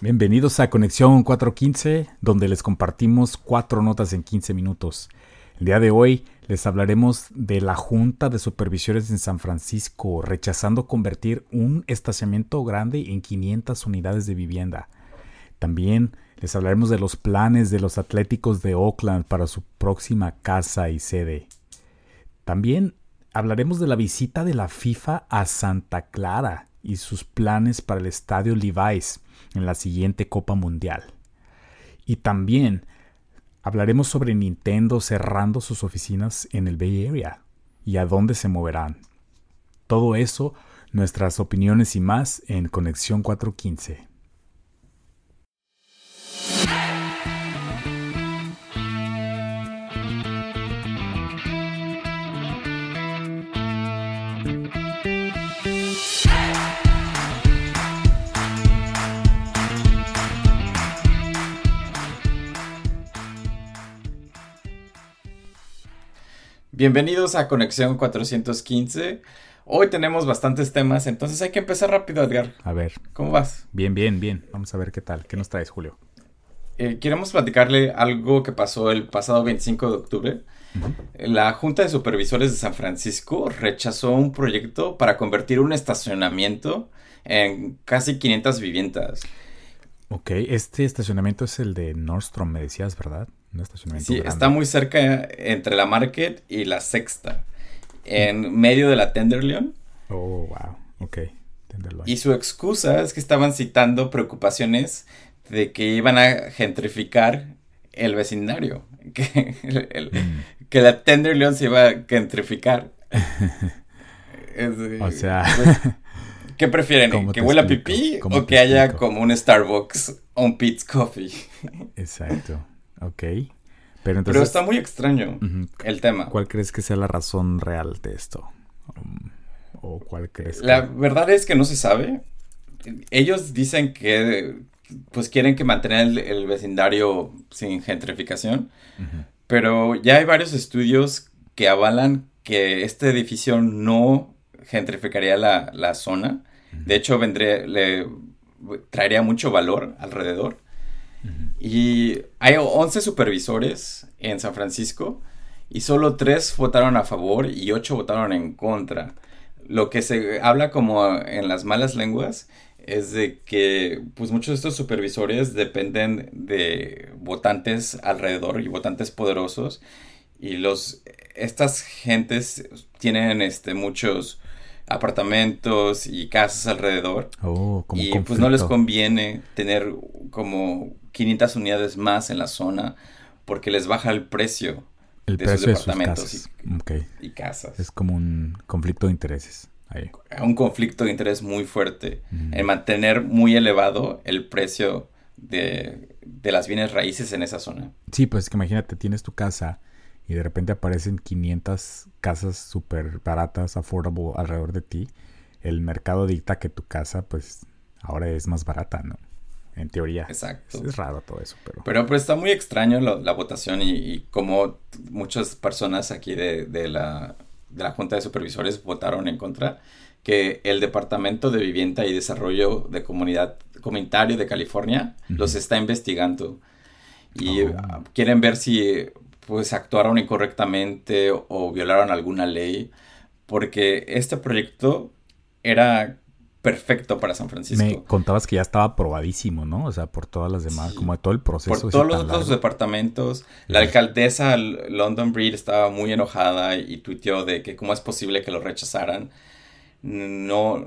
Bienvenidos a Conexión 415, donde les compartimos 4 notas en 15 minutos. El día de hoy les hablaremos de la Junta de Supervisores en San Francisco rechazando convertir un estacionamiento grande en 500 unidades de vivienda. También les hablaremos de los planes de los Atléticos de Oakland para su próxima casa y sede. También hablaremos de la visita de la FIFA a Santa Clara y sus planes para el estadio Levi's en la siguiente Copa Mundial. Y también hablaremos sobre Nintendo cerrando sus oficinas en el Bay Area y a dónde se moverán. Todo eso, nuestras opiniones y más en Conexión 415. Bienvenidos a Conexión 415. Hoy tenemos bastantes temas, entonces hay que empezar rápido, Edgar. A ver. ¿Cómo vas? Bien. Vamos a ver qué tal. ¿Qué nos traes, Julio? Queremos platicarle algo que pasó el pasado 25 de octubre. La Junta de Supervisores de San Francisco rechazó un proyecto para convertir un estacionamiento en casi 500 viviendas. Ok, este estacionamiento es el de Nordstrom, me decías, ¿verdad? Un estacionamiento Sí, grande. está muy cerca entre la Market y la Sexta, en medio de la Tenderloin. Oh, wow. Ok, Tenderloin. Y su excusa es que estaban citando preocupaciones de que iban a gentrificar el vecindario, que la Tenderloin se iba a gentrificar. O sea, pues, ¿qué prefieren? ¿Que huela pipí o que haya como un Starbucks o un Peet's Coffee? Exacto, ok. Pero está muy extraño el tema. ¿Cuál crees que sea la razón real de esto? ¿O cuál crees La verdad es que no se sabe. Ellos dicen que pues quieren que mantener el vecindario sin gentrificación. Pero ya hay varios estudios que avalan que este edificio no gentrificaría la zona. De hecho, le traería mucho valor alrededor. Y hay 11 supervisores en San Francisco y solo 3 votaron a favor y 8 votaron en contra. Lo que se habla como en las malas lenguas es de que pues muchos de estos supervisores dependen de votantes alrededor y votantes poderosos y estas gentes tienen muchos apartamentos y casas alrededor. Y pues no les conviene tener como 500 unidades más en la zona porque les baja el precio de sus departamentos y casas. Es como un conflicto de intereses ahí. Un conflicto de interés muy fuerte en mantener muy elevado el precio de las bienes raíces en esa zona. Sí, pues es que imagínate, tienes tu casa y de repente aparecen 500 casas súper baratas, affordable alrededor de ti. El mercado dicta que tu casa, pues, ahora es más barata, ¿no? En teoría. Exacto. Es raro todo eso, pero pues está muy extraño la votación y como muchas personas aquí de la Junta de Supervisores votaron en contra, que el Departamento de Vivienda y Desarrollo de Comunitario de California los está investigando y quieren ver si pues actuaron incorrectamente o violaron alguna ley, porque este proyecto era perfecto para San Francisco. Me contabas que ya estaba aprobadísimo, ¿no? O sea, por todas las demás, como de todo el proceso. Por todos los otros departamentos. La alcaldesa London Breed estaba muy enojada y tuiteó de que cómo es posible que lo rechazaran. No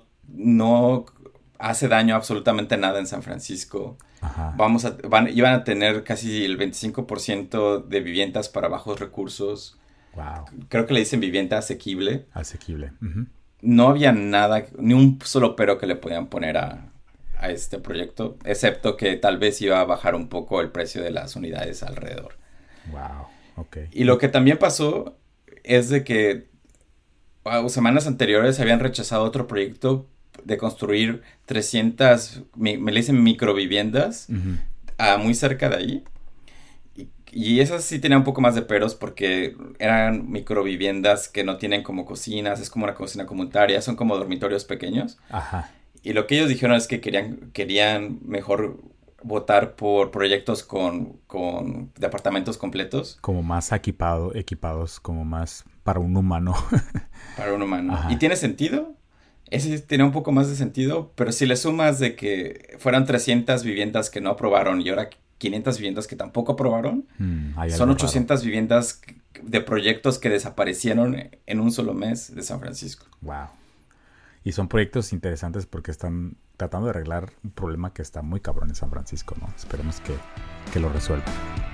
hace daño absolutamente nada en San Francisco. Iban a tener casi el 25% de viviendas para bajos recursos. Wow. Creo que le dicen vivienda asequible. Asequible. No había nada, ni un solo pero que le podían poner a este proyecto, excepto que tal vez iba a bajar un poco el precio de las unidades alrededor. Wow, ok. Y lo que también pasó es de que semanas anteriores habían rechazado otro proyecto de construir 300, me le dicen microviviendas, muy cerca de ahí. Y esas sí tenían un poco más de peros porque eran microviviendas que no tienen como cocinas, es como una cocina comunitaria, son como dormitorios pequeños. Ajá. Y lo que ellos dijeron es que querían mejor votar por proyectos con departamentos completos. Como más equipados, como más para un humano. Para un humano. Ajá. ¿Y tiene sentido? Ese tiene un poco más de sentido, pero si le sumas de que fueran 300 viviendas que no aprobaron y ahora 500 viviendas que tampoco aprobaron, son 800 raro. Viviendas de proyectos que desaparecieron en un solo mes de San Francisco. Wow. Y son proyectos interesantes porque están tratando de arreglar un problema que está muy cabrón en San Francisco, ¿no? Esperemos que lo resuelvan.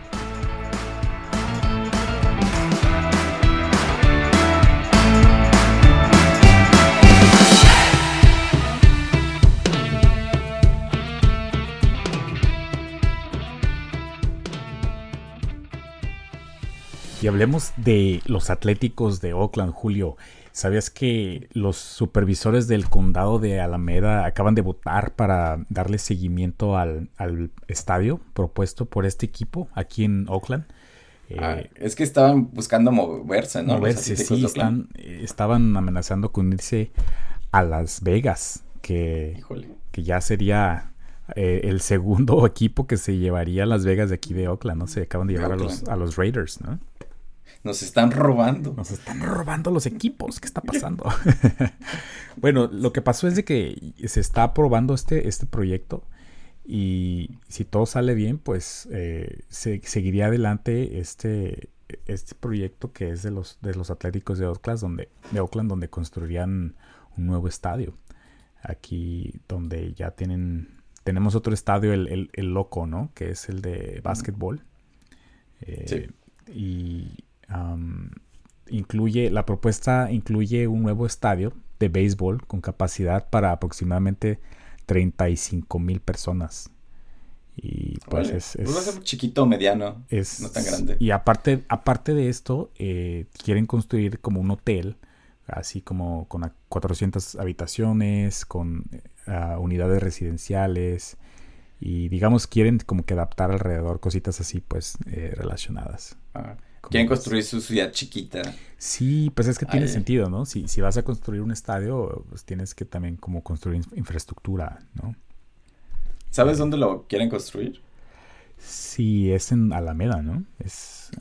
Y hablemos de los Atléticos de Oakland, Julio. ¿Sabías que los supervisores del condado de Alameda acaban de votar para darle seguimiento al estadio propuesto por este equipo aquí en Oakland? Es que estaban buscando moverse, ¿no? Moverse, sí, estaban amenazando con irse a Las Vegas, que ya sería el segundo equipo que se llevaría a Las Vegas de aquí de Oakland, ¿no? Se acaban de llevar a los Raiders, ¿no? Nos están robando. Nos están robando los equipos. ¿Qué está pasando? Bueno, lo que pasó es de que se está aprobando este proyecto y si todo sale bien, pues seguiría adelante este proyecto que es de los Atléticos de Oakland, donde construirían un nuevo estadio. Aquí donde ya tenemos otro estadio, el Loco, ¿no? Que es el de básquetbol. Sí. Y la propuesta incluye un nuevo estadio de béisbol con capacidad para aproximadamente 35,000 personas. Y pues va a ser chiquito o mediano, no tan grande. Y aparte de esto, quieren construir como un hotel, así como con 400 habitaciones, con unidades residenciales. Y digamos, quieren como que adaptar alrededor cositas así, pues, relacionadas. Quieren construir su ciudad chiquita. Sí, pues es que tiene sentido, ¿no? Si vas a construir un estadio, pues tienes que también como construir infraestructura, ¿no? ¿Sabes dónde lo quieren construir? Sí, es en Alameda, ¿no? Es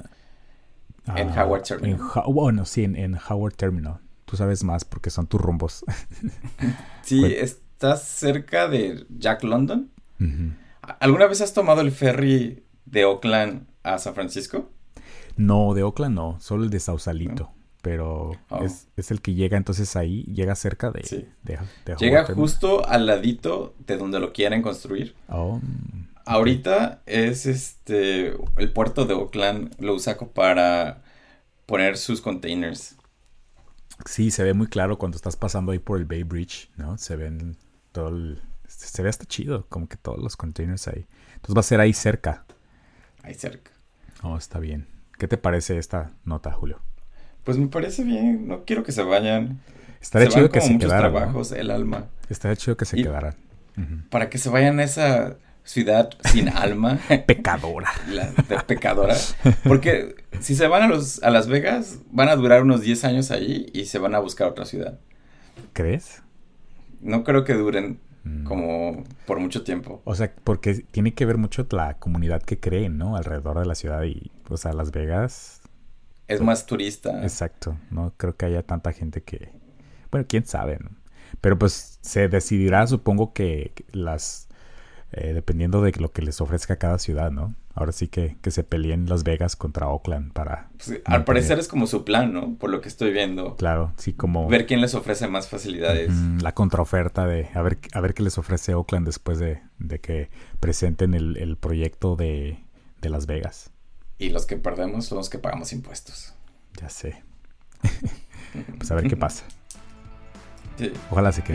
en Howard Terminal. Sí, en Howard Terminal. Tú sabes más porque son tus rumbos. Sí, ¿estás cerca de Jack London? Uh-huh. ¿Alguna vez has tomado el ferry de Oakland a San Francisco? No, de Oakland no, solo el de Sausalito. ¿No? Pero es el que llega entonces ahí, llega cerca de... Sí. de llega justo al ladito de donde lo quieren construir. Ahorita es el puerto de Oakland lo usa para poner sus containers. Sí, se ve muy claro cuando estás pasando ahí por el Bay Bridge, ¿no? Se ven se ve hasta chido, como que todos los containers ahí. Entonces va a ser ahí cerca. Ahí cerca. Está bien. ¿Qué te parece esta nota, Julio? Pues me parece bien. No quiero que se vayan. Estaría chido que se quedaran. Muchos trabajos, ¿no? El alma. Estaría chido que se quedaran. Uh-huh. Para que se vayan a esa ciudad sin alma. Pecadora. Pecadora. Porque si se van a Las Vegas, van a durar unos 10 años ahí y se van a buscar otra ciudad. ¿Crees? No creo que duren como por mucho tiempo. O sea, porque tiene que ver mucho la comunidad que creen, ¿no? Alrededor de la ciudad y, o sea, Las Vegas... Es más turista. Exacto. No creo que haya tanta gente que... Bueno, quién sabe, ¿no? Pero pues se decidirá, supongo que dependiendo de lo que les ofrezca cada ciudad, ¿no? Ahora sí que se peleen Las Vegas contra Oakland para... Pues, al parecer es como su plan, ¿no? Por lo que estoy viendo. Claro, sí, como... Ver quién les ofrece más facilidades. La contraoferta de a ver qué les ofrece Oakland después de que presenten el proyecto de Las Vegas. Y los que perdemos son los que pagamos impuestos. Ya sé. Pues a ver qué pasa. Sí. Ojalá se queden.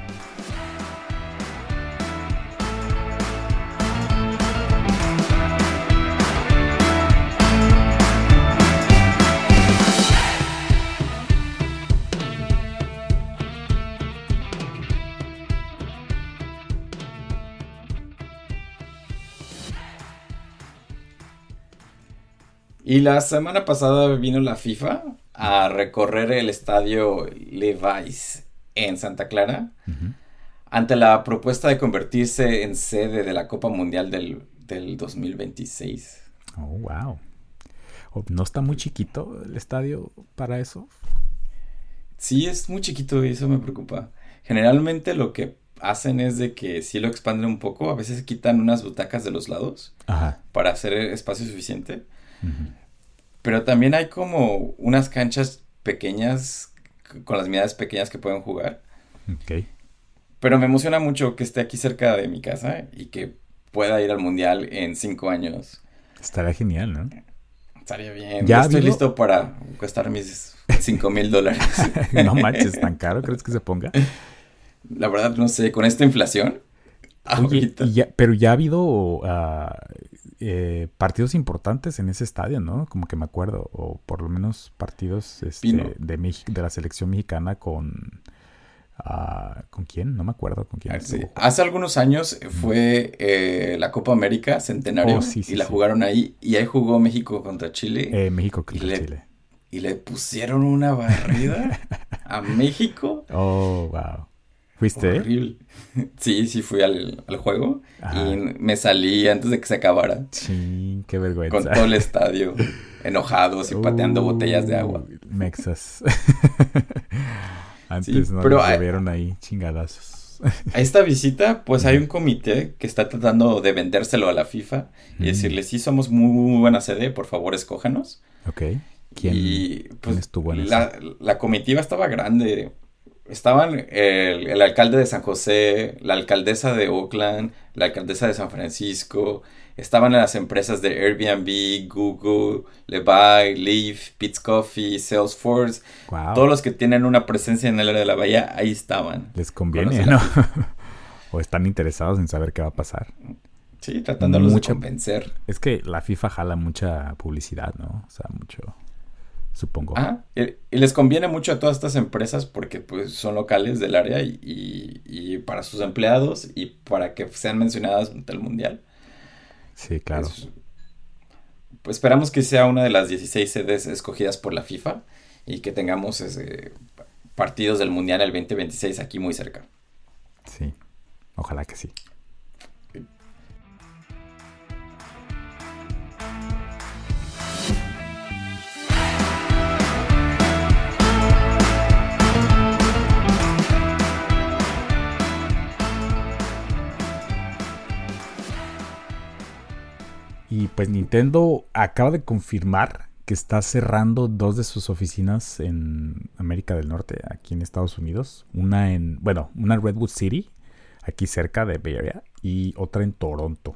Y la semana pasada vino la FIFA a recorrer el estadio Levi's en Santa Clara. Uh-huh. ante la propuesta de convertirse en sede de la Copa Mundial del 2026. Oh, wow. ¿No está muy chiquito el estadio para eso? Sí, es muy chiquito y eso me preocupa. Generalmente lo que hacen es de que sí lo expanden un poco, a veces quitan unas butacas de los lados Ajá. para hacer espacio suficiente, Ujú. pero también hay como unas canchas pequeñas, con las unidades pequeñas que pueden jugar, Ok. pero me emociona mucho que esté aquí cerca de mi casa y que pueda ir al mundial en 5 años. Estaría genial, ¿no? Estaría bien, ¿Ya ya ha estoy habido? listo para gastar mis $5,000. No manches, ¿tan caro crees que se ponga? La verdad no sé, con esta inflación, Oye, ahorita. pero ya ha habido partidos importantes en ese estadio, ¿no? Como que me acuerdo, o por lo menos partidos Vino. de la selección mexicana ¿con quién? No me acuerdo con A quién ver, sí. estuvo. Hace algunos años Ujú. fue la Copa América Oh, Centenario sí, y sí, la sí. jugaron ahí y ahí jugó México contra Chile México y contra Chile. y le pusieron una barrida a México Oh, wow. ¿Fuiste? horrible. Sí, sí fui al juego y Ajá. me salí antes de que se acabara Sí, qué con vergüenza. todo el estadio enojados y pateando botellas de agua. Mexas. Sí, Antes no pero les llovieron ahí chingadazos. a esta visita, pues hay Ujú. un comité que está tratando de vendérselo a la FIFA y Mm, decirle, sí, somos muy buena sede, por favor, escójanos. ok. ¿Quién, Y quién pues estuvo en eso? la comitiva estaba grande. Estaban el alcalde de San José, la alcaldesa de Oakland, la alcaldesa de San Francisco. Estaban las empresas de Airbnb, Google, Levi, Leaf, Peet's Coffee, Salesforce. Todos Wow. los que tienen una presencia en el área de la bahía, ahí estaban. Les Con los de conviene, la ¿no? FIFA. O están interesados en saber qué va a pasar. Sí, tratándolos de Mucha. convencer. Es que la FIFA jala mucha publicidad, ¿no? O sea, mucho, supongo. Ah, y les conviene mucho a todas estas empresas porque pues son locales del área y para sus empleados y para que sean mencionadas ante el mundial. Sí, claro. Es, pues esperamos que sea una de las 16 sedes escogidas por la FIFA y que tengamos partidos del mundial el 2026 aquí muy cerca. Sí. Ojalá que sí. Y pues Nintendo acaba de confirmar que está cerrando dos de sus oficinas en América del Norte, aquí en Estados Unidos. Una en Redwood City, aquí cerca de Bay Area, y otra en Toronto.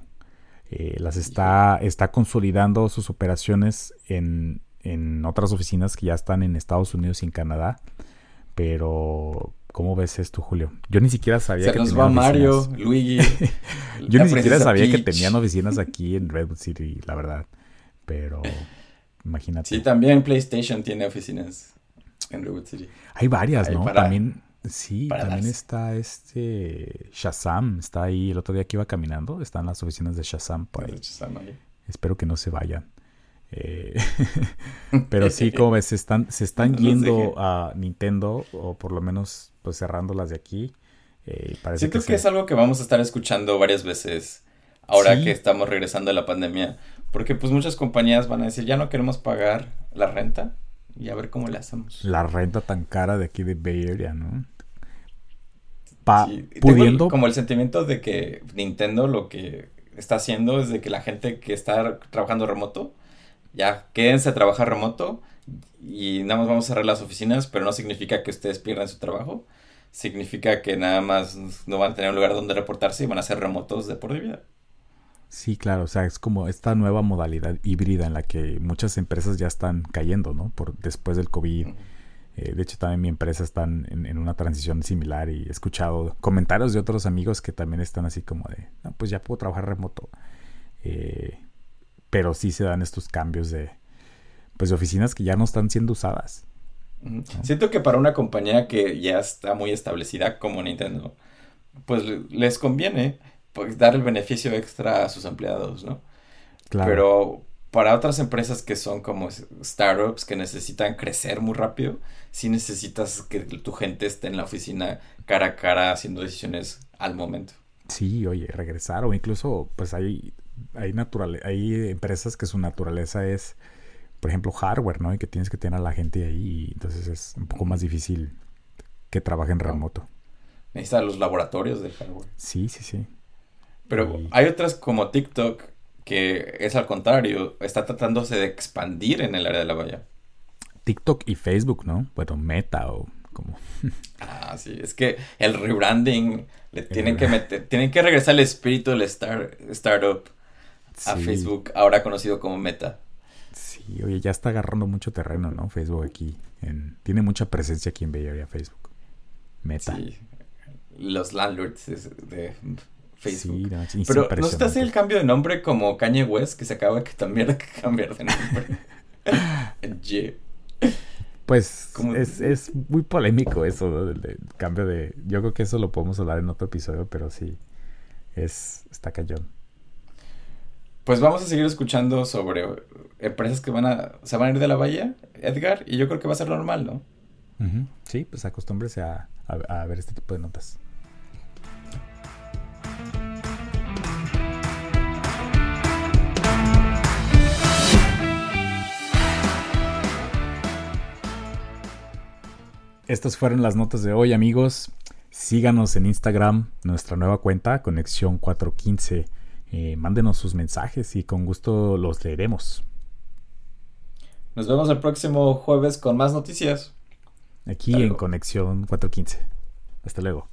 Está consolidando sus operaciones en otras oficinas que ya están en Estados Unidos y en Canadá. Pero, ¿cómo ves esto, Julio? Yo ni siquiera sabía Se que nos tenían va Mario, oficinas. Luigi, Yo la ni siquiera princesa sabía que Peach. tenían oficinas aquí en Redwood City, la verdad. Pero, Sí, imagínate. también PlayStation tiene oficinas en Redwood City. Hay varias, Ahí ¿no? para, También, sí, para también darse. está Shazam, está ahí el otro día que iba caminando, están las oficinas de Shazam por Las de ahí. Shazam ahí. Espero que no se vayan. Eh, pero sí, como ves, se están No los yendo dejen. a Nintendo, o por lo menos pues cerrando las de aquí. Parece que Siento que es algo que vamos a estar escuchando varias veces ahora que sí, estamos regresando de la pandemia, porque pues muchas compañías van a decir, ya no queremos pagar la renta y a ver cómo le hacemos. la renta tan cara de aquí de Bay Area, ¿no? Sí, y tengo Pudiendo, como el sentimiento de que Nintendo lo que está haciendo es de que la gente que está trabajando remoto, ya quédense a trabajar remoto y nada más vamos a cerrar las oficinas, pero no significa que ustedes pierdan su trabajo, significa que nada más no van a tener un lugar donde reportarse y van a ser remotos de por vida. sí, claro, o sea, es como esta nueva modalidad híbrida en la que muchas empresas ya están cayendo, ¿no? Después del COVID. Ujú. De hecho, también mi empresa está en una transición similar y he escuchado comentarios de otros amigos que también están así como de, no, pues ya puedo trabajar remoto. Eh, pero sí se dan estos cambios pues, de oficinas que ya no están siendo usadas, Ujú. ¿no? Siento que para una compañía que ya está muy establecida como Nintendo, pues les conviene pues, dar el beneficio extra a sus empleados, ¿no? Claro, Pero para otras empresas que son como startups que necesitan crecer muy rápido, sí necesitas que tu gente esté en la oficina cara a cara haciendo decisiones al momento. Sí, oye, regresar o incluso pues hay empresas que su naturaleza es, por ejemplo, hardware, ¿no? Y que tienes que tener a la gente ahí y entonces es un poco más difícil que trabaje en No, remoto. necesita los laboratorios del hardware. Sí, sí, sí. Pero Y hay otras como TikTok que es al contrario, está tratándose de expandir en el área de la bahía. TikTok y Facebook, ¿no? Bueno, Meta o como Ah, sí, es que el rebranding le tienen que el- meter, tienen que regresar el espíritu del startup a sí, Facebook, ahora conocido como Meta. sí, oye, ya está agarrando mucho terreno, ¿no? Facebook tiene mucha presencia aquí en Bay Area, Facebook. Meta. Sí, los landlords de Sí, Facebook. no, es Pero ¿no está así impresionante. el cambio de nombre como Kanye West que se acaba de cambiar de nombre? Ye. Pues Como, es muy polémico eso, ¿no? Del cambio de... Yo creo que eso lo podemos hablar en otro episodio, pero sí, está cañón. pues vamos a seguir escuchando sobre empresas que se van a ir de la bahía, Edgar, y yo creo que va a ser normal, ¿no? Ujú. Sí, pues acostúmbrese a ver este tipo de notas. Estas fueron las notas de hoy, amigos. Síganos en Instagram, nuestra nueva cuenta, Conexión 415. Mándenos sus mensajes y con gusto los leeremos. Nos vemos el próximo jueves con más noticias. Hasta Aquí en luego. Conexión 415. Hasta luego.